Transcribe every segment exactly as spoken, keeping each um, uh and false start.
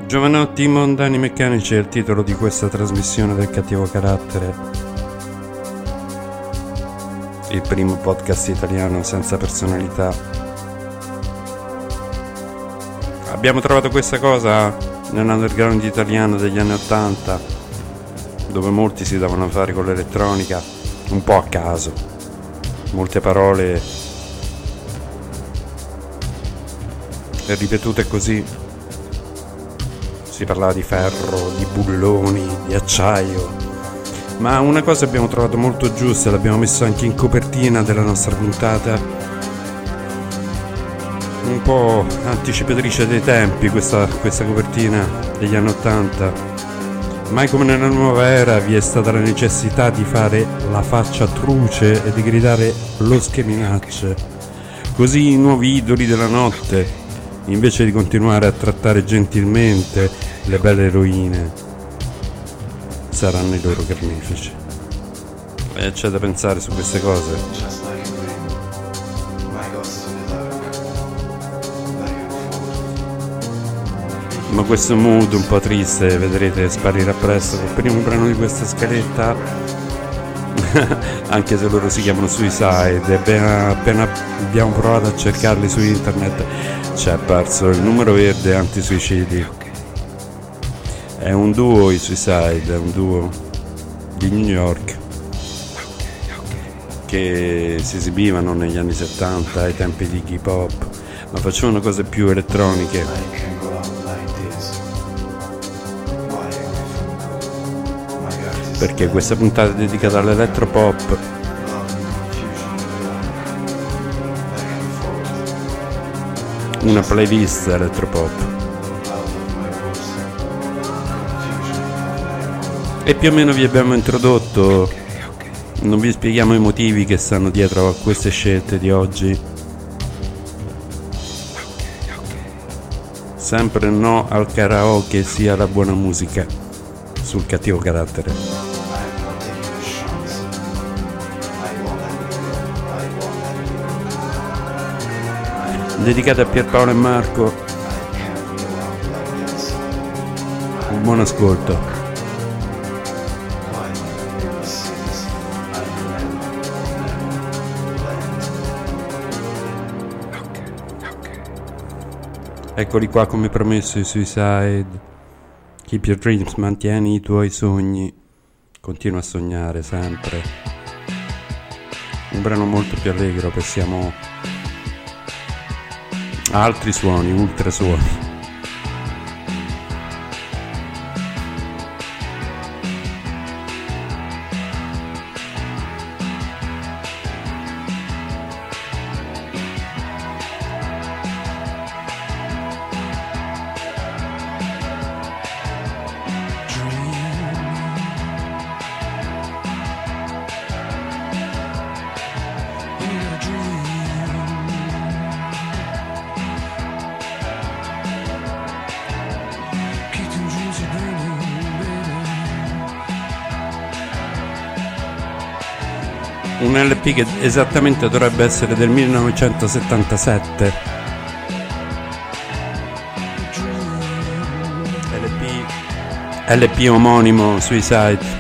Giovanotti mondani meccanici è il titolo di questa trasmissione del Cattivo Carattere, il primo podcast italiano senza personalità. Abbiamo trovato questa cosa nell'underground italiano degli anni ottanta, dove molti si davano a fare con l'elettronica un po' a caso, molte parole ripetute così. Si parlava di ferro, di bulloni, di acciaio, ma una cosa abbiamo trovato molto giusta, l'abbiamo messo anche in copertina della nostra puntata, un po' anticipatrice dei tempi, questa, questa copertina degli anni ottanta. Mai come nella nuova era vi è stata la necessità di fare la faccia truce e di gridare lo scheminacce, così i nuovi idoli della notte, invece di continuare a trattare gentilmente le belle eroine, saranno i loro carnefici. E c'è da pensare su queste cose. Ma questo mood un po' triste, vedrete, sparirà presto col primo brano di questa scaletta. Anche se loro si chiamano Suicide, appena, appena abbiamo provato a cercarli su internet ci è apparso il numero verde antisuicidi. È un duo, i Suicide, è un duo di New York che si esibivano negli anni settanta ai tempi di hip hop, ma facevano cose più elettroniche. Perché questa puntata è dedicata all'elettropop. Una playlist elettropop. E più o meno vi abbiamo introdotto, non vi spieghiamo i motivi che stanno dietro a queste scelte di oggi. Sempre no al karaoke, sia la buona musica sul Cattivo Carattere. Dedicata a Pierpaolo e Marco. Un buon ascolto. Eccoli qua come promesso i Suicide. Keep your dreams, mantieni i tuoi sogni. Continua a sognare sempre. Un brano molto più allegro, passiamo a altri suoni, ultrasuoni. Un L P che esattamente dovrebbe essere del millenovecentosettantasette. L P L P omonimo Suicide.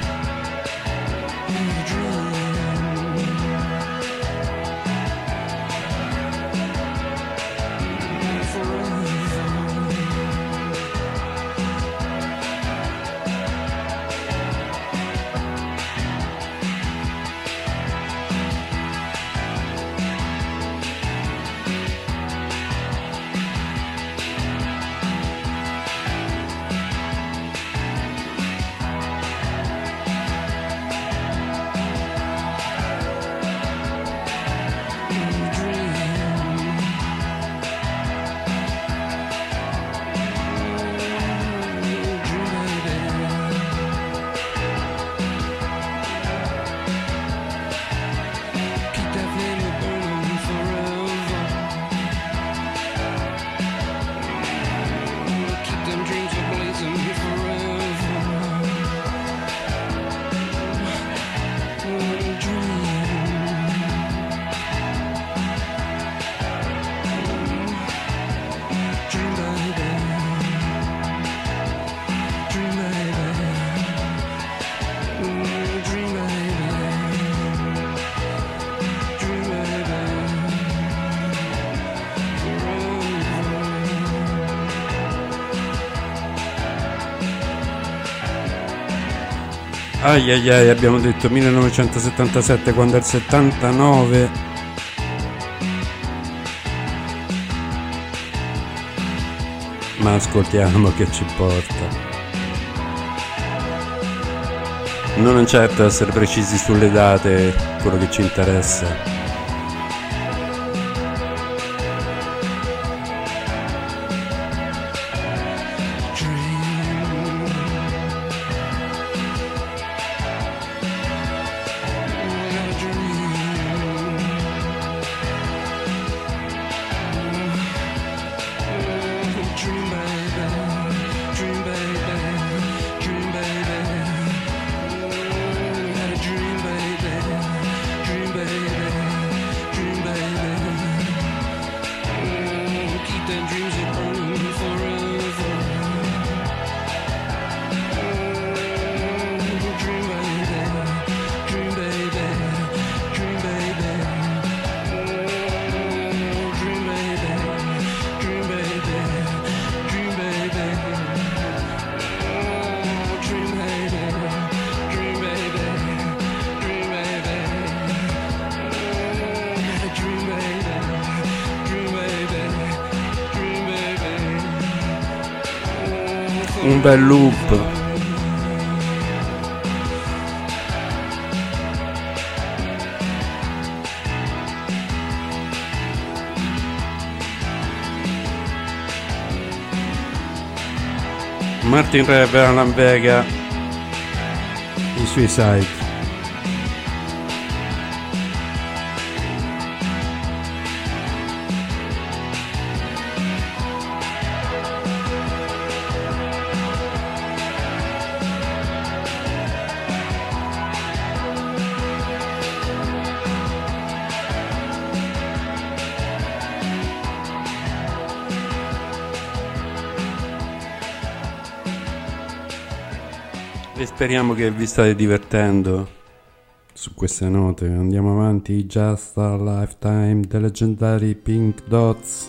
Ai ai ai, abbiamo detto millenovecentosettantasette quando è il settantanove. Ma ascoltiamo, che ci importa. Non è certo essere precisi sulle date quello che ci interessa. Un bel loop. Martin Rev, Alan Vega, i Suicide. E speriamo che vi state divertendo su queste note. Andiamo avanti. Just a Lifetime, The Legendary Pink Dots.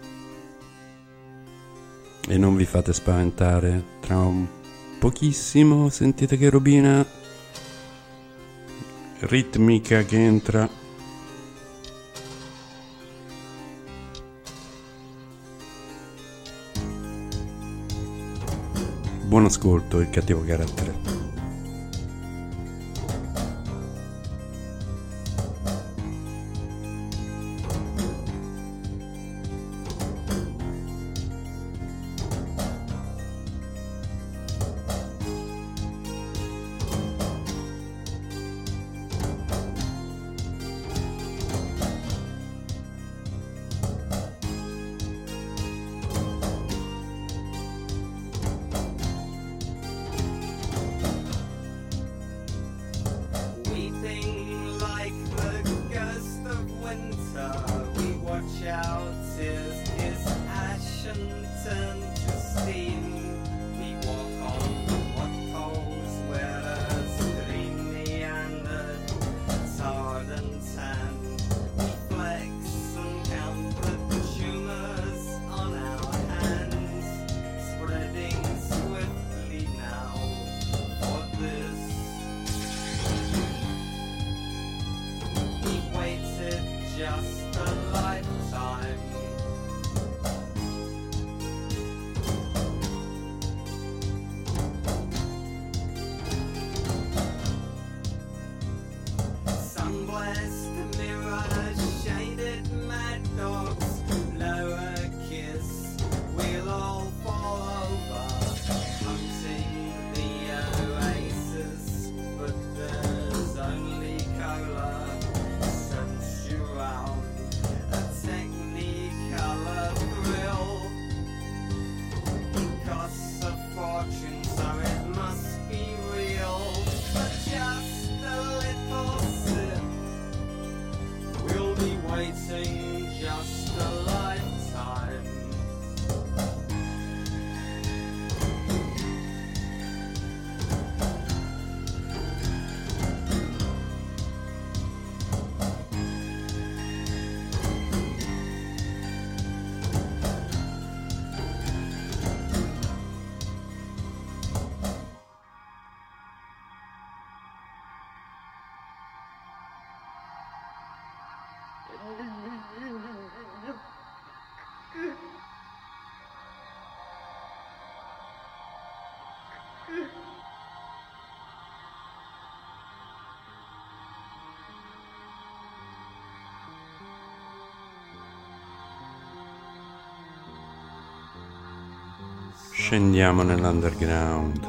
E non vi fate spaventare, tra un pochissimo sentite che robina ritmica che entra. Buon ascolto, il cattivo carattere. Scendiamo nell'underground.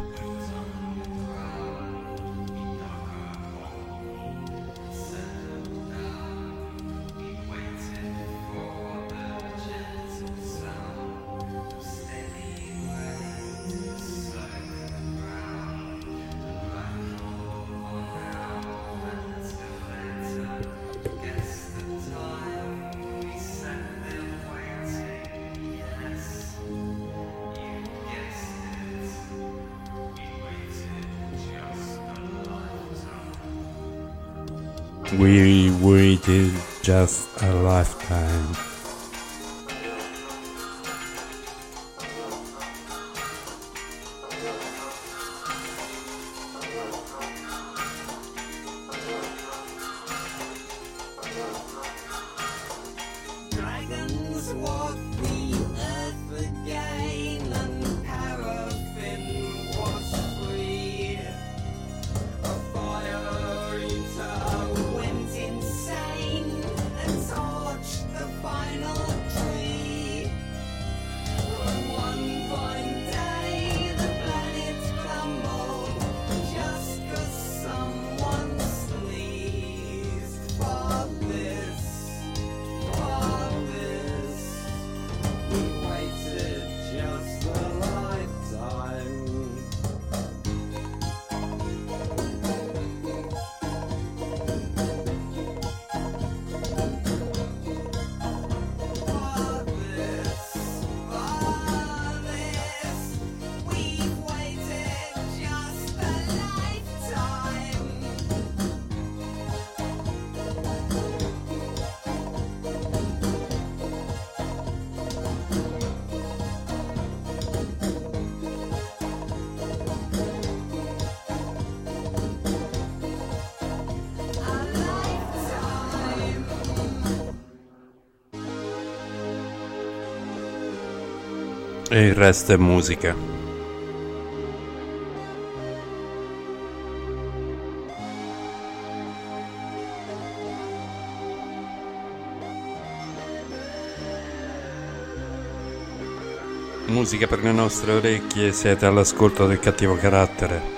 We waited just a lifetime. Dragons walk the earth again, and paraffin was free. A fire eater went insane and torched the final tree. But one fine day the planet crumbled just 'cause someone sneezed. For this, for this, we waited just a lifetime. For this, for this, we've waited just a lifetime. A lifetime. E il resto è musica. Musica per le nostre orecchie, siete all'ascolto del Cattivo Carattere.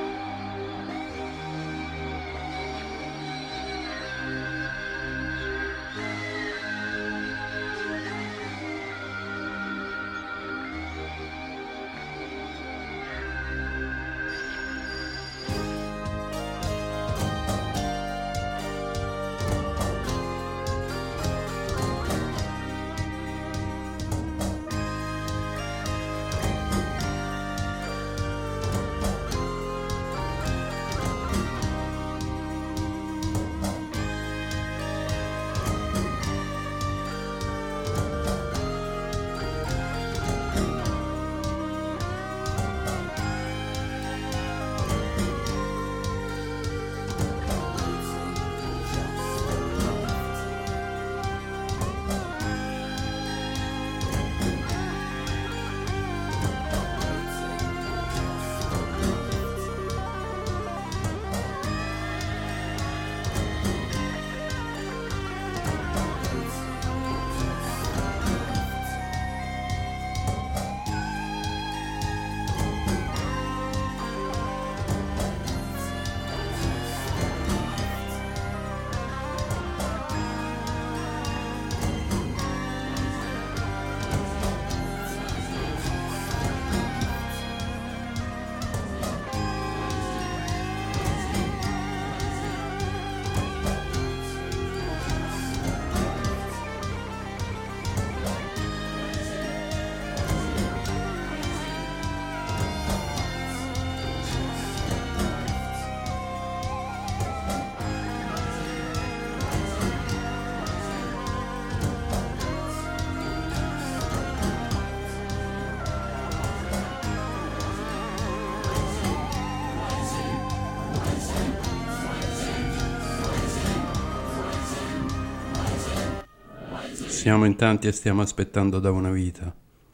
Siamo in tanti e stiamo aspettando da una vita.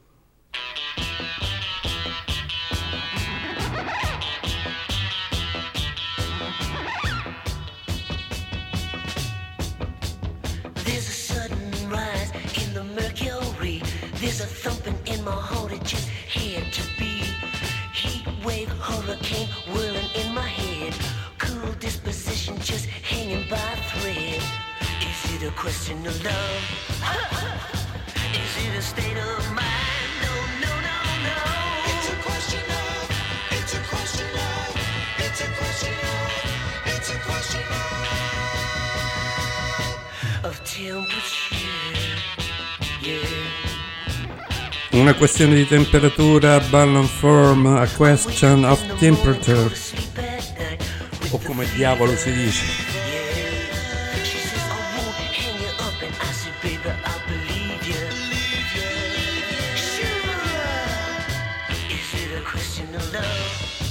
There's a sudden rise in the mercury. There's a thumping in my heart, it's just here to be. came whirling in my head. Cool disposition just hanging by a thread. Is it a question of love? Is it a state of mind? No, no, no, no. It's a question of, it's a question of, it's a question of, it's a question of. Of temperature, yeah. Una questione di temperatura, balance form, a question of temperature, o come diavolo si dice. She says I won't hang you up, and I said, baby, I believe you. Sure. Is it a question of love?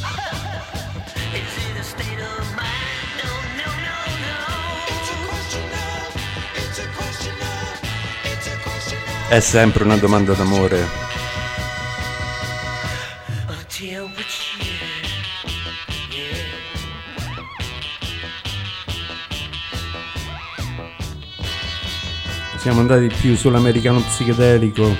Is it a state of mind? No, no, no, no. It's a question of, it's a question of, it's a question of. È sempre una domanda d'amore. Of temperature, yeah. Siamo andati più sull'americano psichedelico.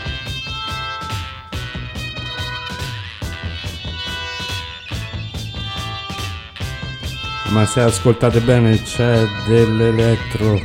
Ma se ascoltate bene c'è dell'elettro.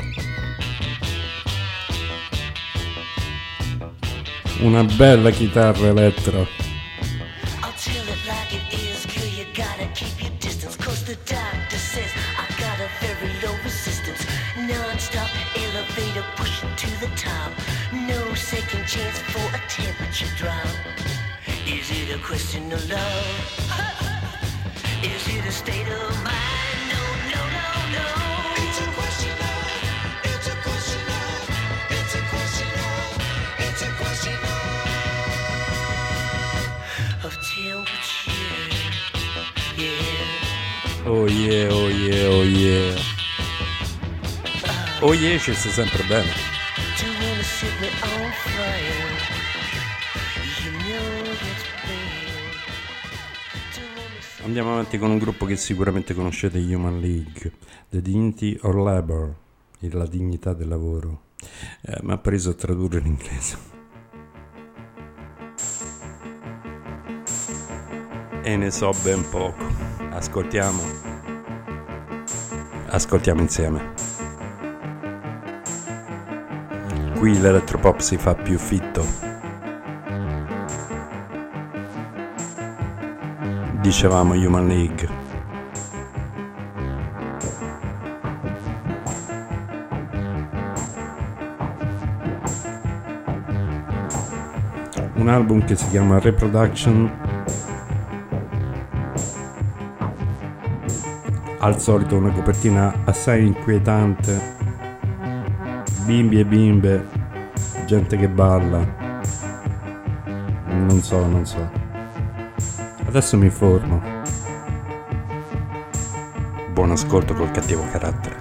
Una bella chitarra elettro. I'll tell it like it is, girl, you gotta keep your distance. Cause the doctor says I got a very low resistance. Non-stop elevator pushing to the top. No second chance for a temperature drop. Is it a question of love? Is it a state of mind? No, no, no, no. It's a question of, it's a question of, it's a question of, it's a question of. Of temperature, yeah. Oh yeah, oh yeah, oh yeah. Oh yeah, ci sta sempre bene. Do you wanna set me on fire? You know that's bad. Do you wanna set Andiamo avanti con un gruppo che sicuramente conoscete, Human League, The Dignity of Labor, la dignità del lavoro. Eh, mi ha preso a tradurre in inglese. E ne so ben poco. Ascoltiamo. Ascoltiamo insieme. Qui l'elettropop si fa più fitto. Dicevamo Human League. Un album che si chiama Reproduction. Al solito una copertina assai inquietante. Bimbi e bimbe, gente che balla. Non so, non so. Adesso mi informo. Buon ascolto col cattivo carattere.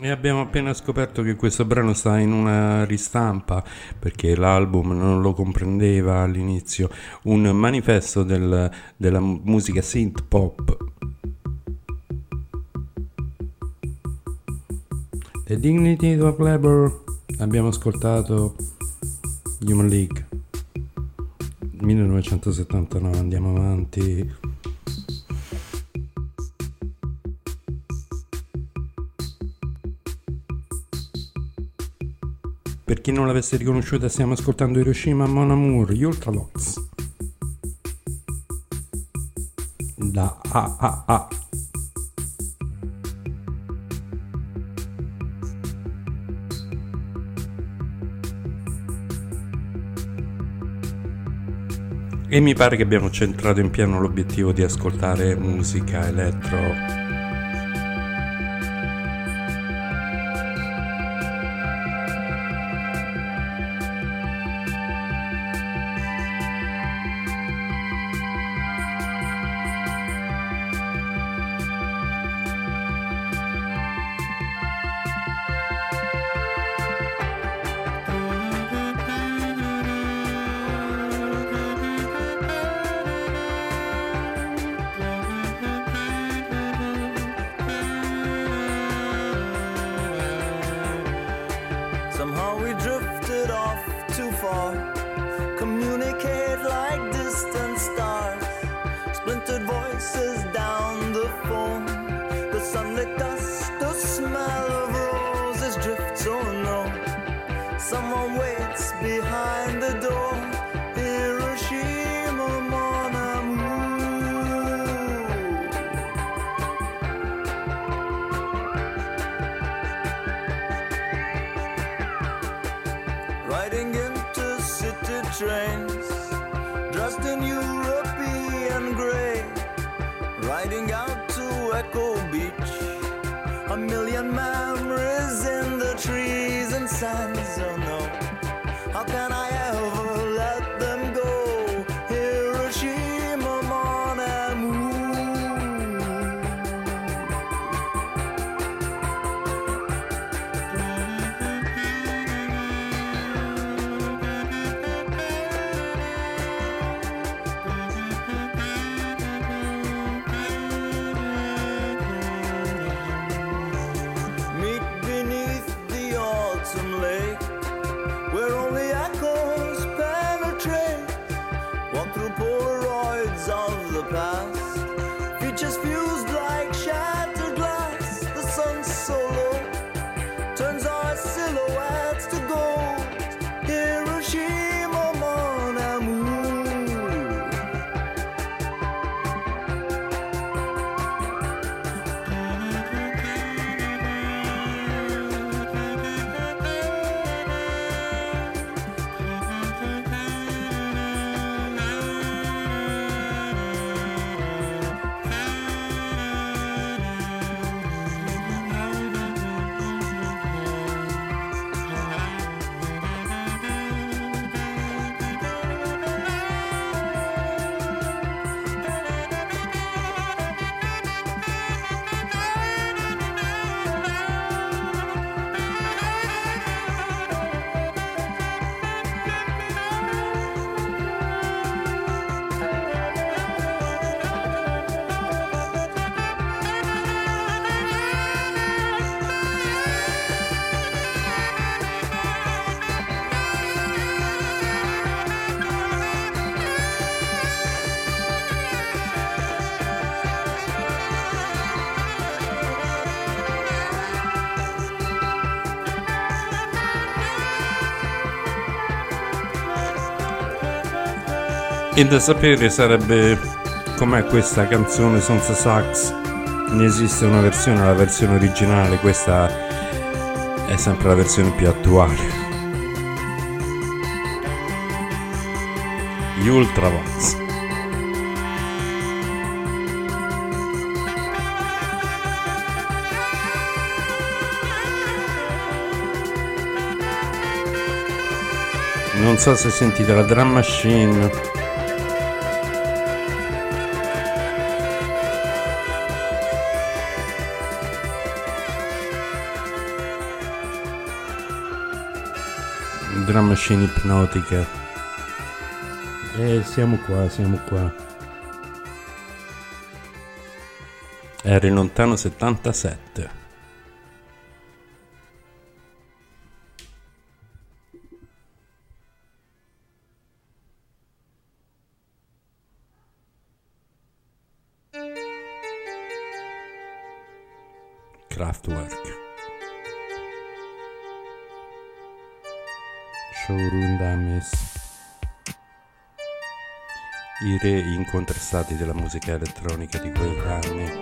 E abbiamo appena scoperto che questo brano sta in una ristampa, perché l'album non lo comprendeva all'inizio, un manifesto del- della musica synth pop. The Dignity of Labor. Abbiamo ascoltato Human League millenovecentosettantanove. Andiamo avanti. Per chi non l'avesse riconosciuta, stiamo ascoltando Hiroshima Mon Amour, gli Ultravox. Da A A A. E mi pare che abbiamo centrato in pieno l'obiettivo di ascoltare musica elettro. Somehow we drifted off too far. Communicate like distant stars. Splintered voices down the phone. The sunlit dust, the smell of roses drifts unknown. Someone waits behind the door. Hiroshima, mon amour. Riding into city trains, dressed in European grey, riding out to Echo Beach. A million memories in the trees and sands. Oh no, how can I ever let them go? Hiroshima, mon amour. Meet beneath the autumn lake, where only echoes penetrate. Walk through Polaroids of the past, features fused like shattered glass. The sun so low turns our silhouettes to gold. Hiroshima, mon amour. E da sapere sarebbe com'è questa canzone senza sax. Ne esiste una versione, la versione originale, questa è sempre la versione più attuale. Gli Ultravox. Non so se sentite la drum machine. drum machine ipnotica. E siamo qua, siamo qua. Era il lontano settantasette. Kraftwerk. Showroom Dummies. I re incontrastati della musica elettronica di quegli anni.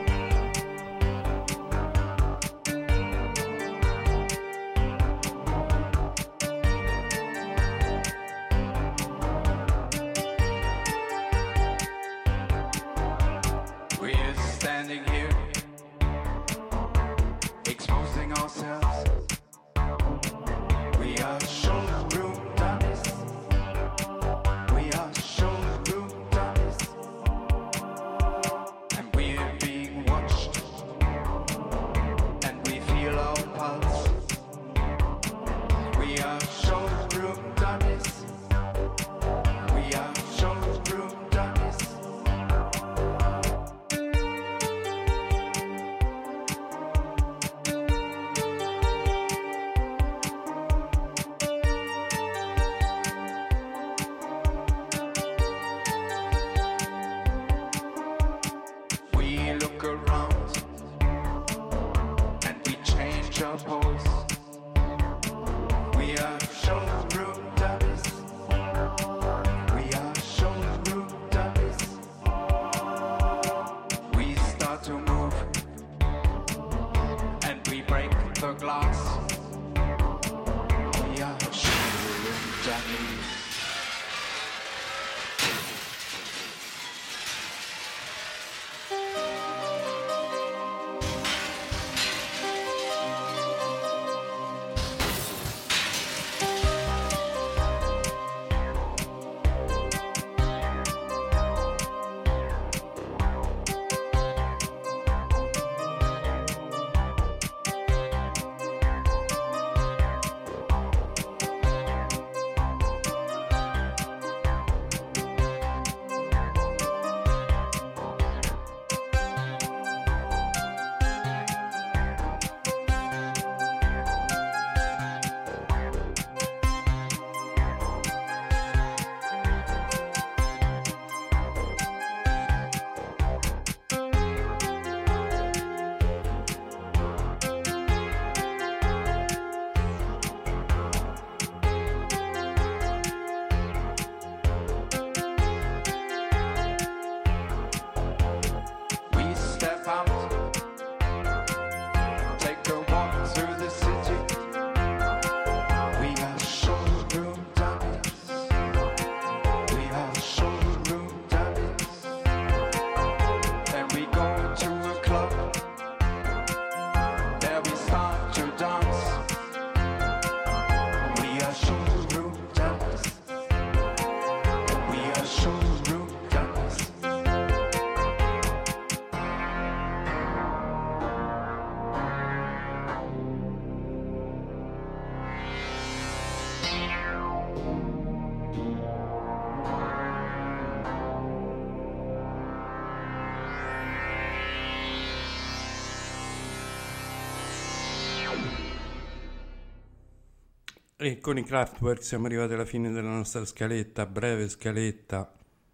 E con i Kraftwerk siamo arrivati alla fine della nostra scaletta, breve scaletta.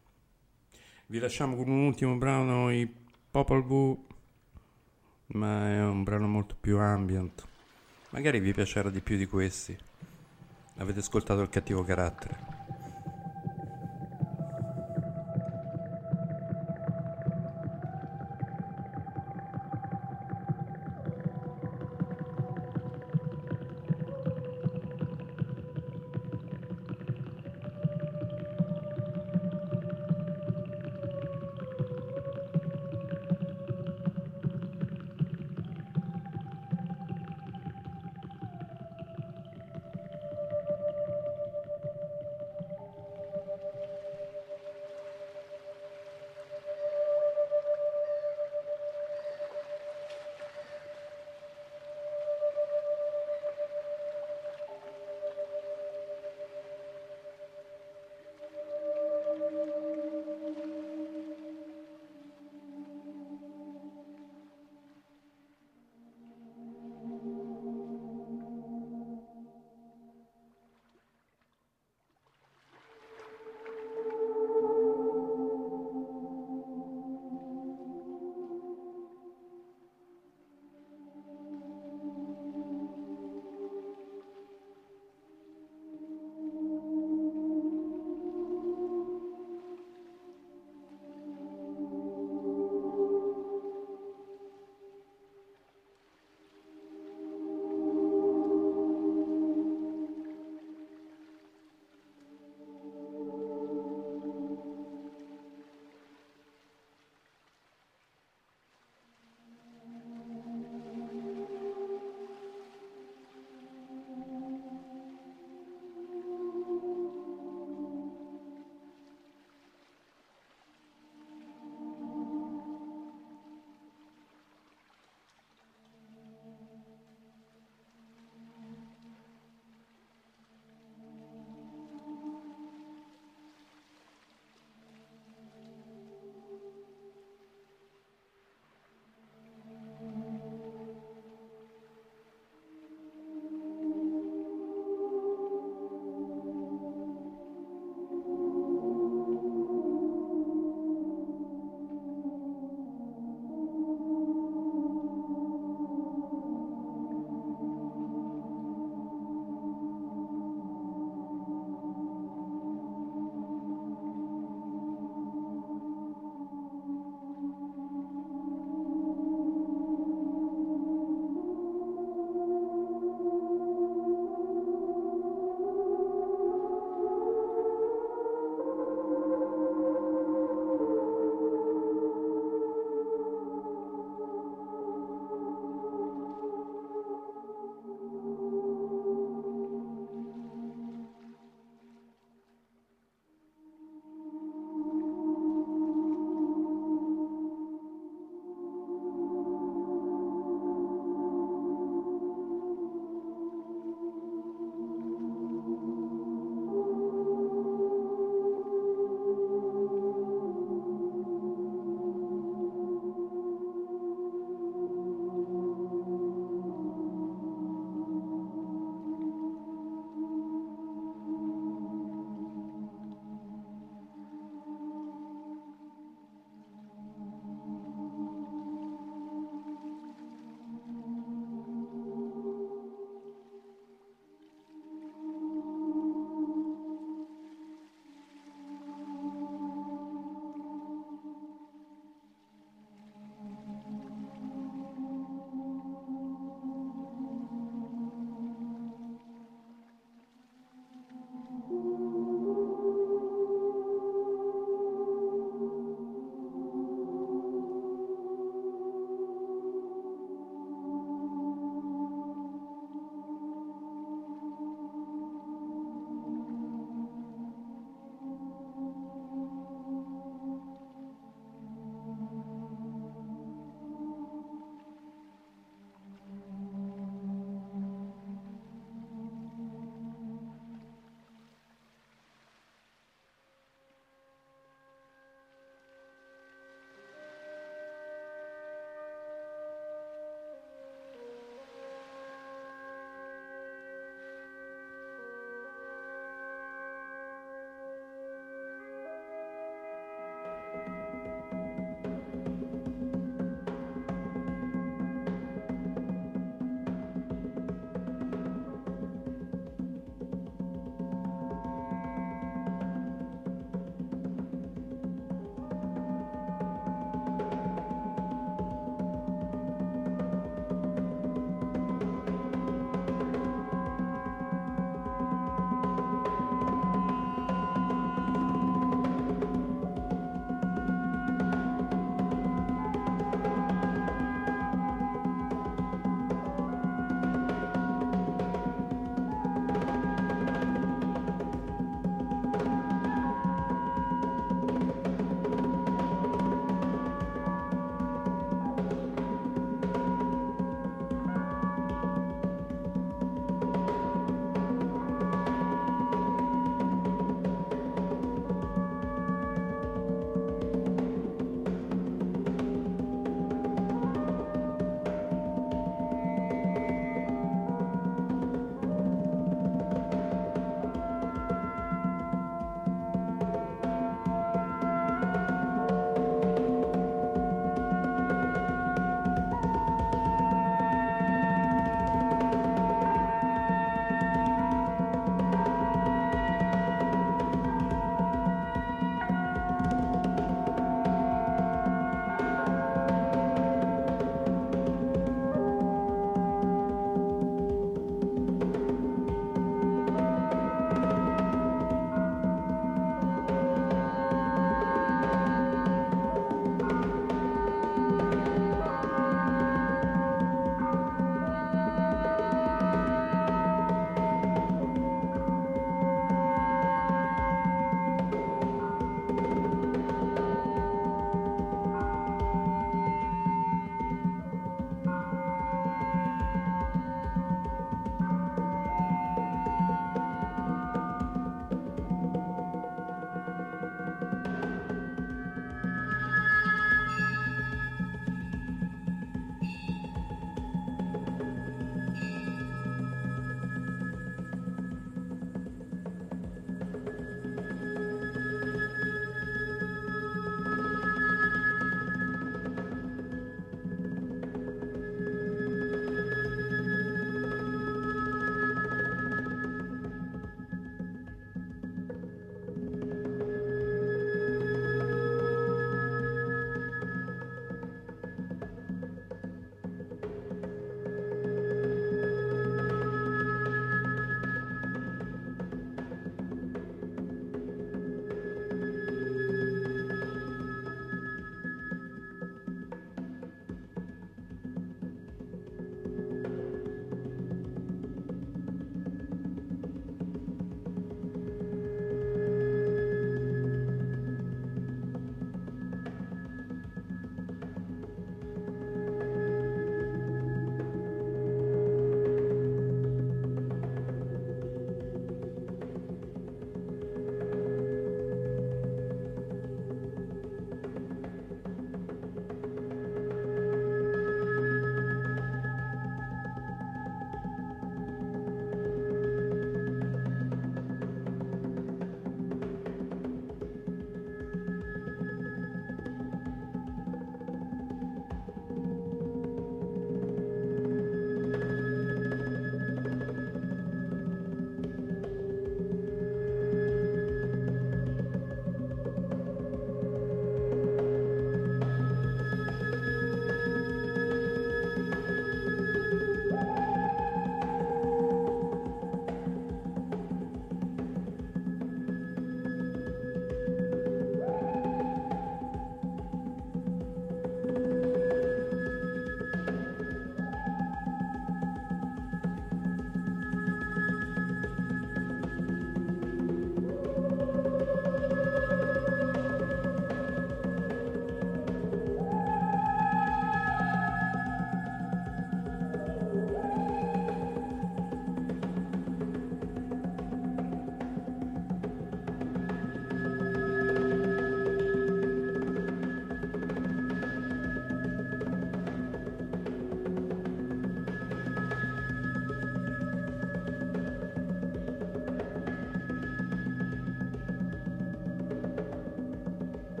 Vi lasciamo con un ultimo brano, i Popol Vuh, ma è un brano molto più ambient. Magari vi piacerà di più di questi. Avete ascoltato Il cattivo carattere.